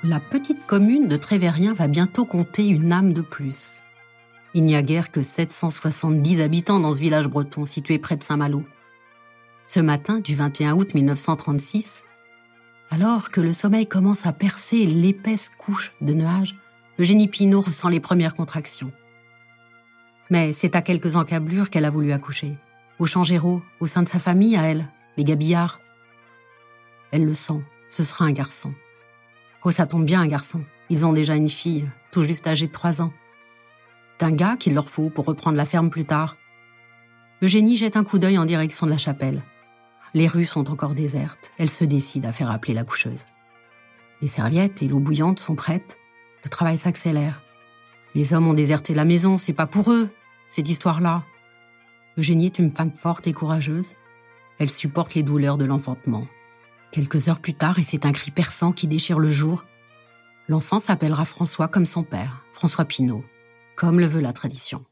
La petite commune de Trévérien va bientôt compter une âme de plus. Il n'y a guère que 770 habitants dans ce village breton situé près de Saint-Malo. Ce matin du 21 août 1936, alors que le sommeil commence à percer l'épaisse couche de nuages, Eugénie Pinault ressent les premières contractions. Mais c'est à quelques encablures qu'elle a voulu accoucher. Au Champ Géraud, au sein de sa famille, à elle, les Gabillards. Elle le sent, ce sera un garçon. Oh, ça tombe bien, un garçon. Ils ont déjà une fille, tout juste âgée de 3 ans. C'est un gars qu'il leur faut pour reprendre la ferme plus tard. Eugénie jette un coup d'œil en direction de la chapelle. Les rues sont encore désertes. Elle se décide à faire appeler la coucheuse. Les serviettes et l'eau bouillante sont prêtes. Le travail s'accélère. Les hommes ont déserté la maison, c'est pas pour eux, cette histoire-là. Eugénie est une femme forte et courageuse. Elle supporte les douleurs de l'enfantement. Quelques heures plus tard, et c'est un cri perçant qui déchire le jour, l'enfant s'appellera François comme son père, François Pinault, comme le veut la tradition.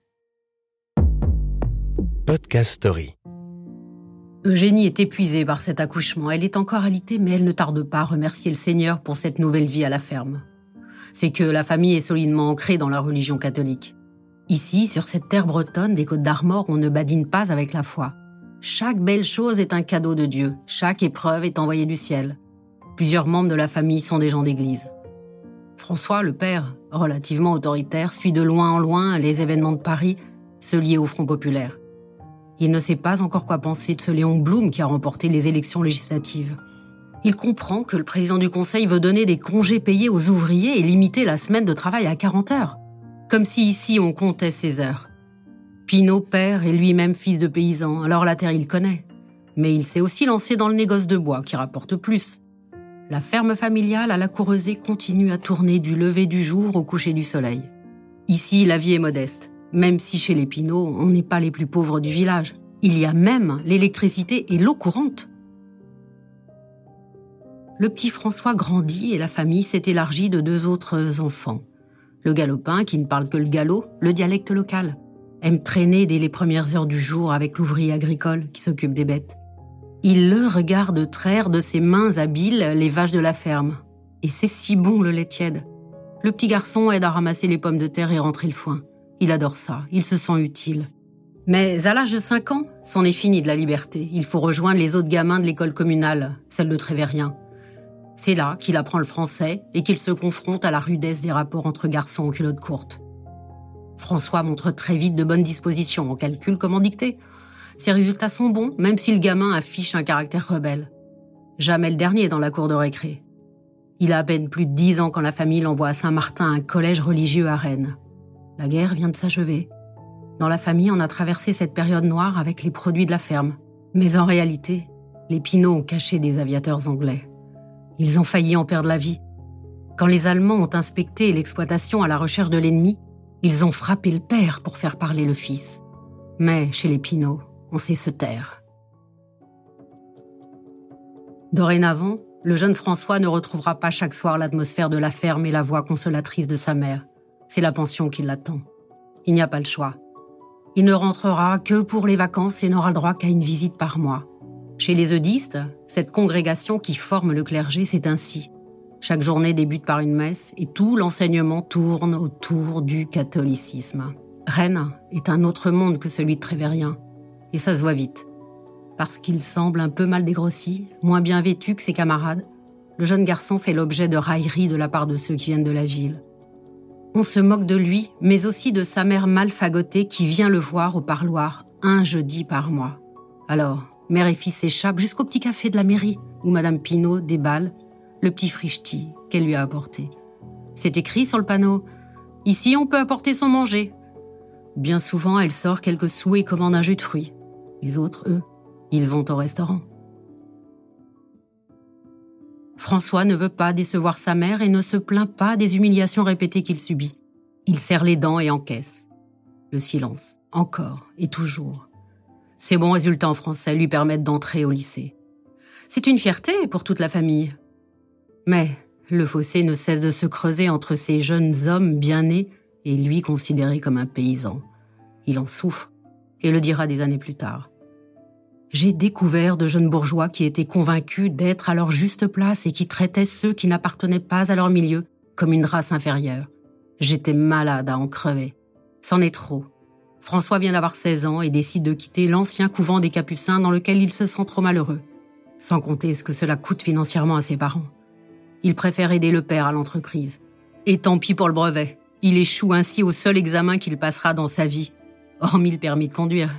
Podcast Story. Eugénie est épuisée par cet accouchement. Elle est encore alitée, mais elle ne tarde pas à remercier le Seigneur pour cette nouvelle vie à la ferme. C'est que la famille est solidement ancrée dans la religion catholique. Ici, sur cette terre bretonne des Côtes d'Armor, on ne badine pas avec la foi. Chaque belle chose est un cadeau de Dieu. Chaque épreuve est envoyée du ciel. Plusieurs membres de la famille sont des gens d'église. François, le père, relativement autoritaire, suit de loin en loin les événements de Paris, ceux liés au Front populaire. Il ne sait pas encore quoi penser de ce Léon Blum qui a remporté les élections législatives. Il comprend que le président du conseil veut donner des congés payés aux ouvriers et limiter la semaine de travail à 40 heures. Comme si ici on comptait ses heures. Pinault, père, est lui-même fils de paysan, alors la terre il connaît. Mais il s'est aussi lancé dans le négoce de bois qui rapporte plus. La ferme familiale à la Coureusée continue à tourner du lever du jour au coucher du soleil. Ici, la vie est modeste. Même si chez les Pinault, on n'est pas les plus pauvres du village. Il y a même l'électricité et l'eau courante. Le petit François grandit et la famille s'est élargie de 2 autres enfants. Le galopin, qui ne parle que le galop, le dialecte local, aime traîner dès les premières heures du jour avec l'ouvrier agricole qui s'occupe des bêtes. Il le regarde traire de ses mains habiles les vaches de la ferme. Et c'est si bon le lait tiède. Le petit garçon aide à ramasser les pommes de terre et rentrer le foin. Il adore ça, il se sent utile. Mais à l'âge de 5 ans, c'en est fini de la liberté. Il faut rejoindre les autres gamins de l'école communale, celle de Trévérien. C'est là qu'il apprend le français et qu'il se confronte à la rudesse des rapports entre garçons en culottes courtes. François montre très vite de bonnes dispositions en calcul comme en dictée. Ses résultats sont bons, même si le gamin affiche un caractère rebelle. Jamais le dernier dans la cour de récré. Il a à peine plus de 10 ans quand la famille l'envoie à Saint-Martin, un collège religieux à Rennes. La guerre vient de s'achever. Dans la famille, on a traversé cette période noire avec les produits de la ferme. Mais en réalité, les Pinault ont caché des aviateurs anglais. Ils ont failli en perdre la vie. Quand les Allemands ont inspecté l'exploitation à la recherche de l'ennemi, ils ont frappé le père pour faire parler le fils. Mais chez les Pinault, on sait se taire. Dorénavant, le jeune François ne retrouvera pas chaque soir l'atmosphère de la ferme et la voix consolatrice de sa mère. C'est la pension qui l'attend. Il n'y a pas le choix. Il ne rentrera que pour les vacances et n'aura le droit qu'à une visite par mois. Chez les eudistes, cette congrégation qui forme le clergé, c'est ainsi. Chaque journée débute par une messe et tout l'enseignement tourne autour du catholicisme. Rennes est un autre monde que celui de Trévérien. Et ça se voit vite. Parce qu'il semble un peu mal dégrossi, moins bien vêtu que ses camarades, le jeune garçon fait l'objet de railleries de la part de ceux qui viennent de la ville. On se moque de lui, mais aussi de sa mère mal fagotée qui vient le voir au parloir un jeudi par mois. Alors, mère et fils s'échappent jusqu'au petit café de la mairie, où Madame Pinault déballe le petit frichti qu'elle lui a apporté. C'est écrit sur le panneau « Ici, on peut apporter son manger ». Bien souvent, elle sort quelques sous et commande un jus de fruits. Les autres, eux, ils vont au restaurant. François ne veut pas décevoir sa mère et ne se plaint pas des humiliations répétées qu'il subit. Il serre les dents et encaisse. Le silence, encore et toujours. Ses bons résultats en français lui permettent d'entrer au lycée. C'est une fierté pour toute la famille. Mais le fossé ne cesse de se creuser entre ces jeunes hommes bien nés et lui considéré comme un paysan. Il en souffre et le dira des années plus tard. J'ai découvert de jeunes bourgeois qui étaient convaincus d'être à leur juste place et qui traitaient ceux qui n'appartenaient pas à leur milieu comme une race inférieure. J'étais malade à en crever. C'en est trop. François vient d'avoir 16 ans et décide de quitter l'ancien couvent des Capucins dans lequel il se sent trop malheureux. Sans compter ce que cela coûte financièrement à ses parents. Il préfère aider le père à l'entreprise. Et tant pis pour le brevet. Il échoue ainsi au seul examen qu'il passera dans sa vie, hormis le permis de conduire.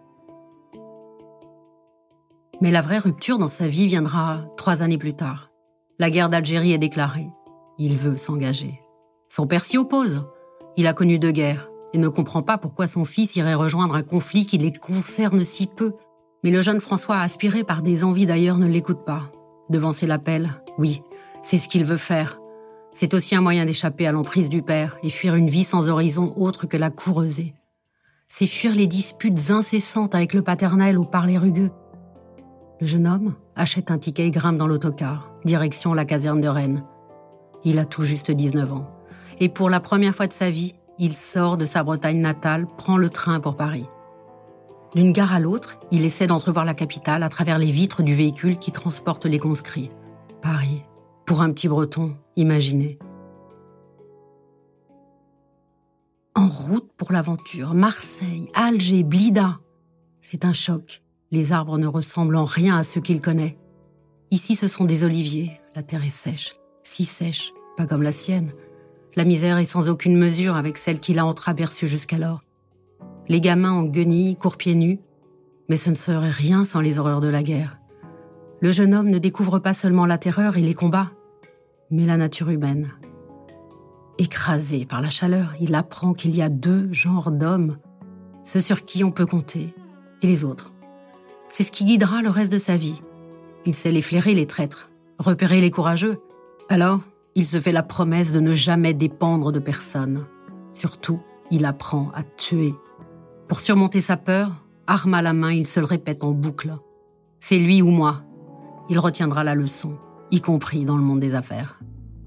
Mais la vraie rupture dans sa vie viendra 3 années plus tard. La guerre d'Algérie est déclarée. Il veut s'engager. Son père s'y oppose. Il a connu 2 guerres et ne comprend pas pourquoi son fils irait rejoindre un conflit qui les concerne si peu. Mais le jeune François, aspiré par des envies d'ailleurs, ne l'écoute pas. Devancer l'appel, oui, c'est ce qu'il veut faire. C'est aussi un moyen d'échapper à l'emprise du père et fuir une vie sans horizon autre que la coureusée. C'est fuir les disputes incessantes avec le paternel au parler rugueux. Le jeune homme achète un ticket et grimpe dans l'autocar, direction la caserne de Rennes. Il a tout juste 19 ans. Et pour la première fois de sa vie, il sort de sa Bretagne natale, prend le train pour Paris. D'une gare à l'autre, il essaie d'entrevoir la capitale à travers les vitres du véhicule qui transporte les conscrits. Paris, pour un petit Breton, imaginez. En route pour l'aventure, Marseille, Alger, Blida. C'est un choc. Les arbres ne ressemblent en rien à ceux qu'il connaît. Ici, ce sont des oliviers. La terre est sèche, si sèche, pas comme la sienne. La misère est sans aucune mesure avec celle qu'il a entreaperçue jusqu'alors. Les gamins en guenilles, courent pieds nus. Mais ce ne serait rien sans les horreurs de la guerre. Le jeune homme ne découvre pas seulement la terreur et les combats, mais la nature humaine. Écrasé par la chaleur, il apprend qu'il y a 2 genres d'hommes, ceux sur qui on peut compter, et les autres. C'est ce qui guidera le reste de sa vie. Il sait les flairer, les traîtres, repérer les courageux. Alors, il se fait la promesse de ne jamais dépendre de personne. Surtout, il apprend à tuer. Pour surmonter sa peur, arme à la main, il se le répète en boucle. C'est lui ou moi. Il retiendra la leçon, y compris dans le monde des affaires.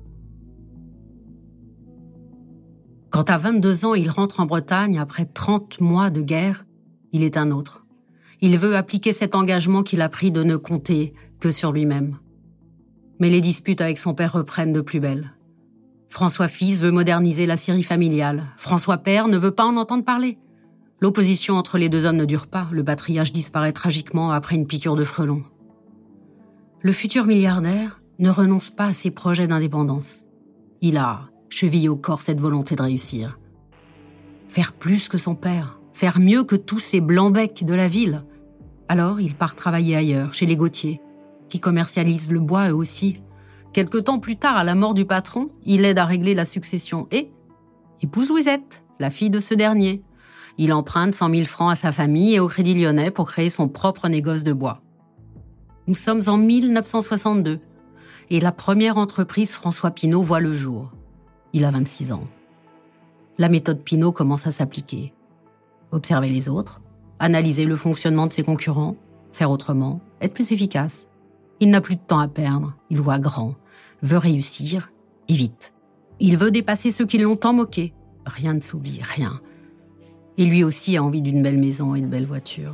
Quand à 22 ans, il rentre en Bretagne après 30 mois de guerre, il est un autre. Il veut appliquer cet engagement qu'il a pris de ne compter que sur lui-même. Mais les disputes avec son père reprennent de plus belle. François fils veut moderniser la scierie familiale. François père ne veut pas en entendre parler. L'opposition entre les 2 hommes ne dure pas. Le patriarche disparaît tragiquement après une piqûre de frelon. Le futur milliardaire ne renonce pas à ses projets d'indépendance. Il a chevillé au corps cette volonté de réussir. Faire plus que son père, faire mieux que tous ces blancs-becs de la ville. Alors, il part travailler ailleurs, chez les Gauthier, qui commercialisent le bois eux aussi. Quelque temps plus tard, à la mort du patron, il aide à régler la succession et épouse Louisette, la fille de ce dernier. Il emprunte 100 000 francs à sa famille et au Crédit Lyonnais pour créer son propre négoce de bois. Nous sommes en 1962 et la première entreprise François Pinault voit le jour. Il a 26 ans. La méthode Pinault commence à s'appliquer. Observer les autres, analyser le fonctionnement de ses concurrents, faire autrement, être plus efficace. Il n'a plus de temps à perdre, il voit grand, veut réussir, et vite. Il veut dépasser ceux qui l'ont tant moqué. Rien ne s'oublie, rien. Et lui aussi a envie d'une belle maison et de belles voitures.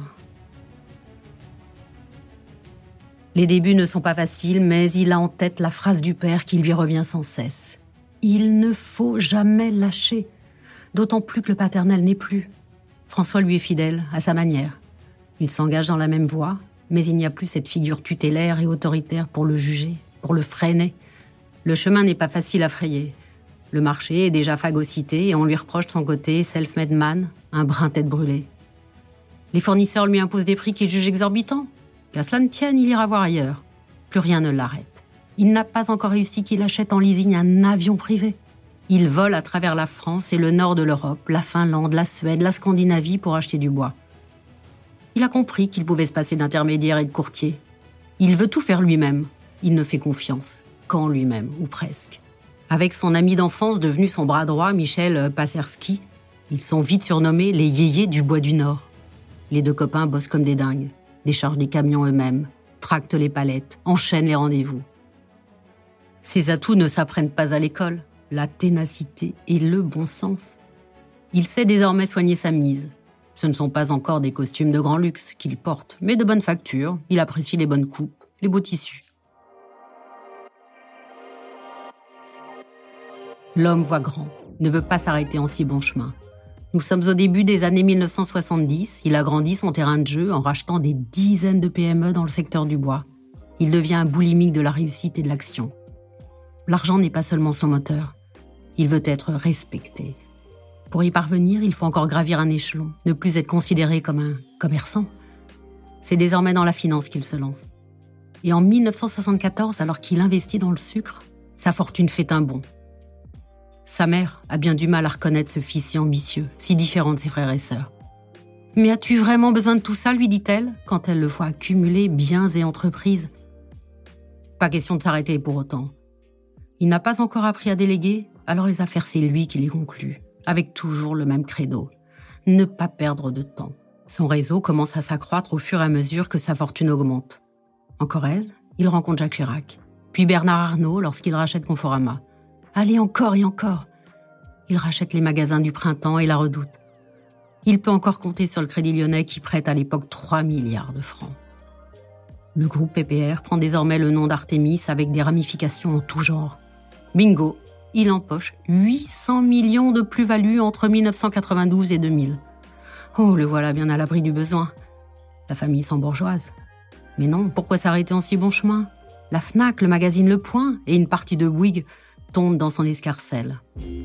Les débuts ne sont pas faciles, mais il a en tête la phrase du père qui lui revient sans cesse. Il ne faut jamais lâcher, d'autant plus que le paternel n'est plus. François lui est fidèle, à sa manière. Il s'engage dans la même voie, mais il n'y a plus cette figure tutélaire et autoritaire pour le juger, pour le freiner. Le chemin n'est pas facile à frayer. Le marché est déjà phagocyté et on lui reproche de son côté self-made man, un brin tête brûlée. Les fournisseurs lui imposent des prix qu'il juge exorbitants. Qu'à cela ne tienne, il ira voir ailleurs. Plus rien ne l'arrête. Il n'a pas encore réussi qu'il achète en leasing un avion privé. Il vole à travers la France et le nord de l'Europe, la Finlande, la Suède, la Scandinavie pour acheter du bois. Il a compris qu'il pouvait se passer d'intermédiaire et de courtier. Il veut tout faire lui-même. Il ne fait confiance qu'en lui-même, ou presque. Avec son ami d'enfance devenu son bras droit, Michel Passerski, ils sont vite surnommés les yéyés du bois du Nord. Les 2 copains bossent comme des dingues, déchargent des camions eux-mêmes, tractent les palettes, enchaînent les rendez-vous. Ces atouts ne s'apprennent pas à l'école, la ténacité et le bon sens. Il sait désormais soigner sa mise. Ce ne sont pas encore des costumes de grand luxe qu'il porte, mais de bonne facture. Il apprécie les bonnes coupes, les beaux tissus. L'homme voit grand, ne veut pas s'arrêter en si bon chemin. Nous sommes au début des années 1970. Il agrandit son terrain de jeu en rachetant des dizaines de PME dans le secteur du bois. Il devient un boulimique de la réussite et de l'action. L'argent n'est pas seulement son moteur. Il veut être respecté. Pour y parvenir, il faut encore gravir un échelon, ne plus être considéré comme un commerçant. C'est désormais dans la finance qu'il se lance. Et en 1974, alors qu'il investit dans le sucre, sa fortune fait un bond. Sa mère a bien du mal à reconnaître ce fils si ambitieux, si différent de ses frères et sœurs. « Mais as-tu vraiment besoin de tout ça ?» lui dit-elle, quand elle le voit accumuler biens et entreprises. Pas question de s'arrêter pour autant. Il n'a pas encore appris à déléguer, alors les affaires, c'est lui qui les conclut, avec toujours le même credo. Ne pas perdre de temps. Son réseau commence à s'accroître au fur et à mesure que sa fortune augmente. En Corrèze, il rencontre Jacques Chirac, puis Bernard Arnault lorsqu'il rachète Conforama. Allez, encore et encore. Il rachète les magasins du Printemps et la Redoute. Il peut encore compter sur le Crédit Lyonnais qui prête à l'époque 3 milliards de francs. Le groupe PPR prend désormais le nom d'Artémis avec des ramifications en tout genre. Bingo, il empoche 800 millions de plus-value entre 1992 et 2000. Oh, le voilà bien à l'abri du besoin. La famille s'embourgeoise. Mais non, pourquoi s'arrêter en si bon chemin ? La Fnac, le magazine Le Point et une partie de Bouygues tombent dans son escarcelle.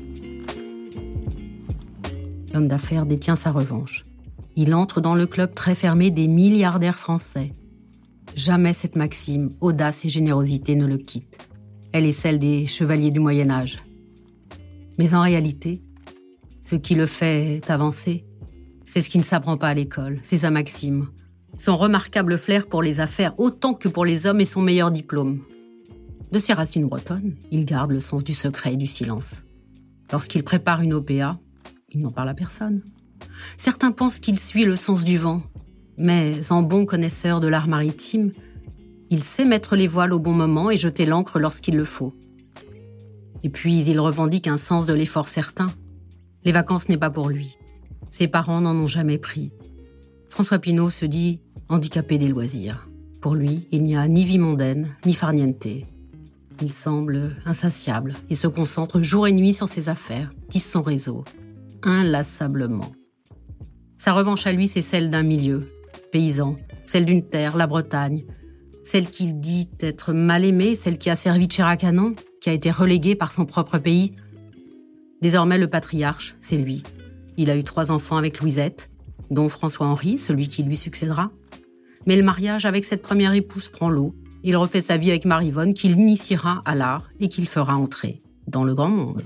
L'homme d'affaires détient sa revanche. Il entre dans le club très fermé des milliardaires français. Jamais cette maxime, audace et générosité ne le quittent. Elle est celle des chevaliers du Moyen-Âge. Mais en réalité, ce qui le fait avancer, c'est ce qui ne s'apprend pas à l'école, c'est sa maxime. Son remarquable flair pour les affaires autant que pour les hommes et son meilleur diplôme. De ses racines bretonnes, il garde le sens du secret et du silence. Lorsqu'il prépare une OPA, il n'en parle à personne. Certains pensent qu'il suit le sens du vent, mais en bon connaisseur de l'art maritime, il sait mettre les voiles au bon moment et jeter l'ancre lorsqu'il le faut. Et puis, il revendique un sens de l'effort certain. Les vacances n'est pas pour lui. Ses parents n'en ont jamais pris. François Pinault se dit handicapé des loisirs. Pour lui, il n'y a ni vie mondaine, ni farniente. Il semble insatiable et se concentre jour et nuit sur ses affaires, tisse son réseau, inlassablement. Sa revanche à lui, c'est celle d'un milieu, paysan, celle d'une terre, la Bretagne, celle qu'il dit être mal aimée, celle qui a servi de chair à canon, qui a été reléguée par son propre pays. Désormais, le patriarche, c'est lui. Il a eu 3 enfants avec Louisette, dont François-Henri, celui qui lui succédera. Mais le mariage avec cette première épouse prend l'eau. Il refait sa vie avec Maryvonne, qu'il initiera à l'art et qu'il fera entrer dans le grand monde.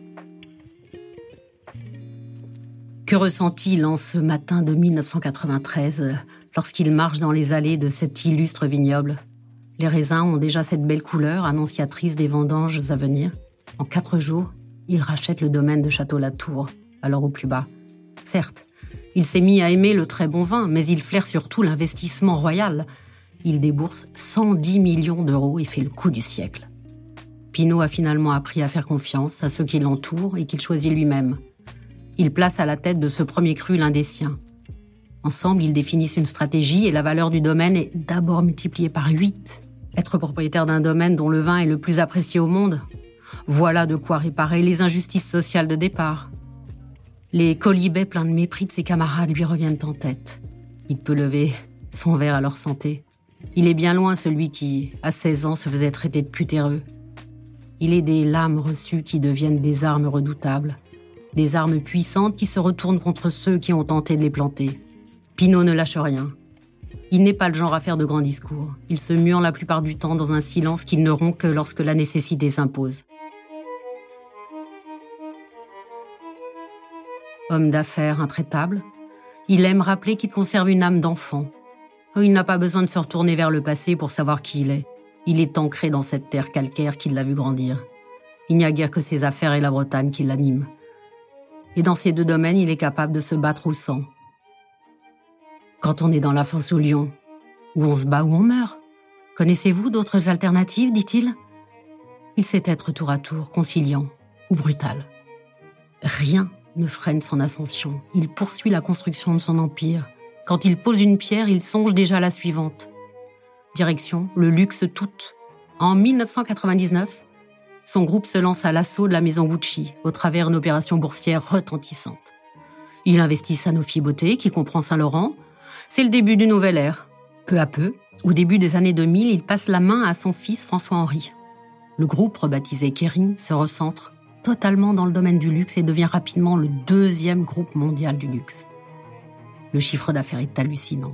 Que ressentit-il en ce matin de 1993 lorsqu'il marche dans les allées de cet illustre vignoble ? Les raisins ont déjà cette belle couleur annonciatrice des vendanges à venir. En 4 jours, il rachète le domaine de Château-Latour, alors au plus bas. Certes, il s'est mis à aimer le très bon vin, mais il flaire surtout l'investissement royal. Il débourse 110 millions d'euros et fait le coup du siècle. Pinault a finalement appris à faire confiance à ceux qui l'entourent et qu'il choisit lui-même. Il place à la tête de ce premier cru l'un des siens. Ensemble, ils définissent une stratégie et la valeur du domaine est d'abord multipliée par 8. Être propriétaire d'un domaine dont le vin est le plus apprécié au monde, voilà de quoi réparer les injustices sociales de départ. Les quolibets pleins de mépris de ses camarades lui reviennent en tête. Il peut lever son verre à leur santé. Il est bien loin celui qui, à 16 ans, se faisait traiter de cutéreux. Il est des lames reçues qui deviennent des armes redoutables. Des armes puissantes qui se retournent contre ceux qui ont tenté de les planter. Pinault ne lâche rien. Il n'est pas le genre à faire de grands discours. Il se mure la plupart du temps dans un silence qu'il ne rompt que lorsque la nécessité s'impose. Homme d'affaires intraitable, il aime rappeler qu'il conserve une âme d'enfant. Il n'a pas besoin de se retourner vers le passé pour savoir qui il est. Il est ancré dans cette terre calcaire qui l'a vu grandir. Il n'y a guère que ses affaires et la Bretagne qui l'animent. Et dans ces 2 domaines, il est capable de se battre au sang. Quand on est dans la fosse au lion, où on se bat ou on meurt. Connaissez-vous d'autres alternatives, dit-il ? Il sait être tour à tour conciliant ou brutal. Rien ne freine son ascension. Il poursuit la construction de son empire. Quand il pose une pierre, il songe déjà à la suivante. Direction, le luxe tout. En 1999, son groupe se lance à l'assaut de la maison Gucci au travers d'une opération boursière retentissante. Il investit Sanofi Beauté, qui comprend Saint-Laurent. C'est le début d'une nouvelle ère. Peu à peu, au début des années 2000, il passe la main à son fils François-Henri. Le groupe, rebaptisé Kering, se recentre totalement dans le domaine du luxe et devient rapidement le 2e groupe mondial du luxe. Le chiffre d'affaires est hallucinant.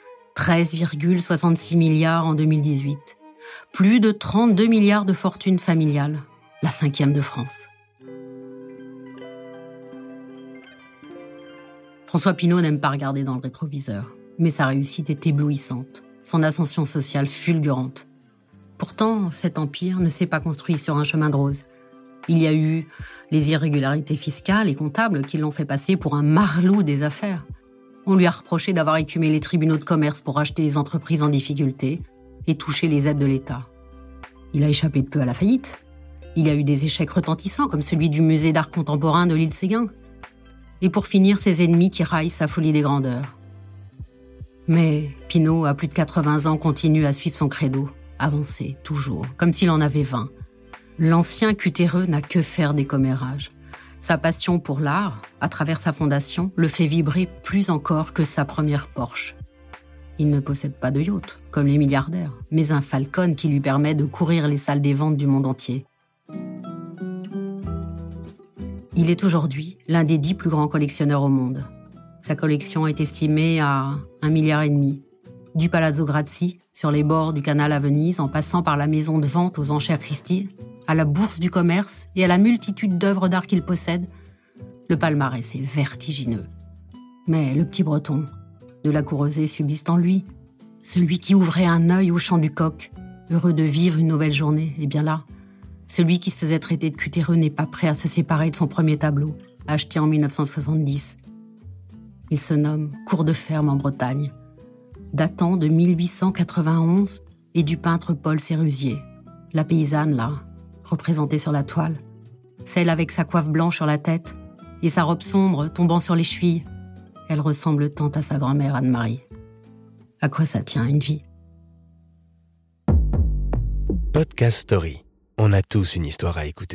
13,66 milliards en 2018. Plus de 32 milliards de fortune familiale, la 5e de France. François Pinault n'aime pas regarder dans le rétroviseur, mais sa réussite est éblouissante, son ascension sociale fulgurante. Pourtant, cet empire ne s'est pas construit sur un chemin de rose. Il y a eu les irrégularités fiscales et comptables qui l'ont fait passer pour un marlou des affaires. On lui a reproché d'avoir écumé les tribunaux de commerce pour acheter les entreprises en difficulté et toucher les aides de l'État. Il a échappé de peu à la faillite. Il y a eu des échecs retentissants comme celui du musée d'art contemporain de l'île Séguin. Et pour finir, ses ennemis qui raillent sa folie des grandeurs. Mais Pinault, à plus de 80 ans, continue à suivre son credo, avancer, toujours, comme s'il en avait 20. L'ancien cutéreux n'a que faire des commérages. Sa passion pour l'art, à travers sa fondation, le fait vibrer plus encore que sa première Porsche. Il ne possède pas de yacht, comme les milliardaires, mais un Falcon qui lui permet de courir les salles des ventes du monde entier. Il est aujourd'hui l'un des 10 plus grands collectionneurs au monde. Sa collection est estimée à 1,5 milliard. Du Palazzo Grassi, sur les bords du canal à Venise, en passant par la maison de vente aux enchères Christie, à la bourse du commerce et à la multitude d'œuvres d'art qu'il possède, le palmarès est vertigineux. Mais le petit breton de la Courosée subsiste en lui, celui qui ouvrait un œil au chant du coq, heureux de vivre une nouvelle journée, et bien là, celui qui se faisait traiter de cutéreux n'est pas prêt à se séparer de son premier tableau, acheté en 1970. Il se nomme Cour de Ferme en Bretagne, datant de 1891 et du peintre Paul Sérusier. La paysanne, là, représentée sur la toile, celle avec sa coiffe blanche sur la tête et sa robe sombre tombant sur les chevilles. Elle ressemble tant à sa grand-mère Anne-Marie. À quoi ça tient, une vie ? Podcast Story. On a tous une histoire à écouter.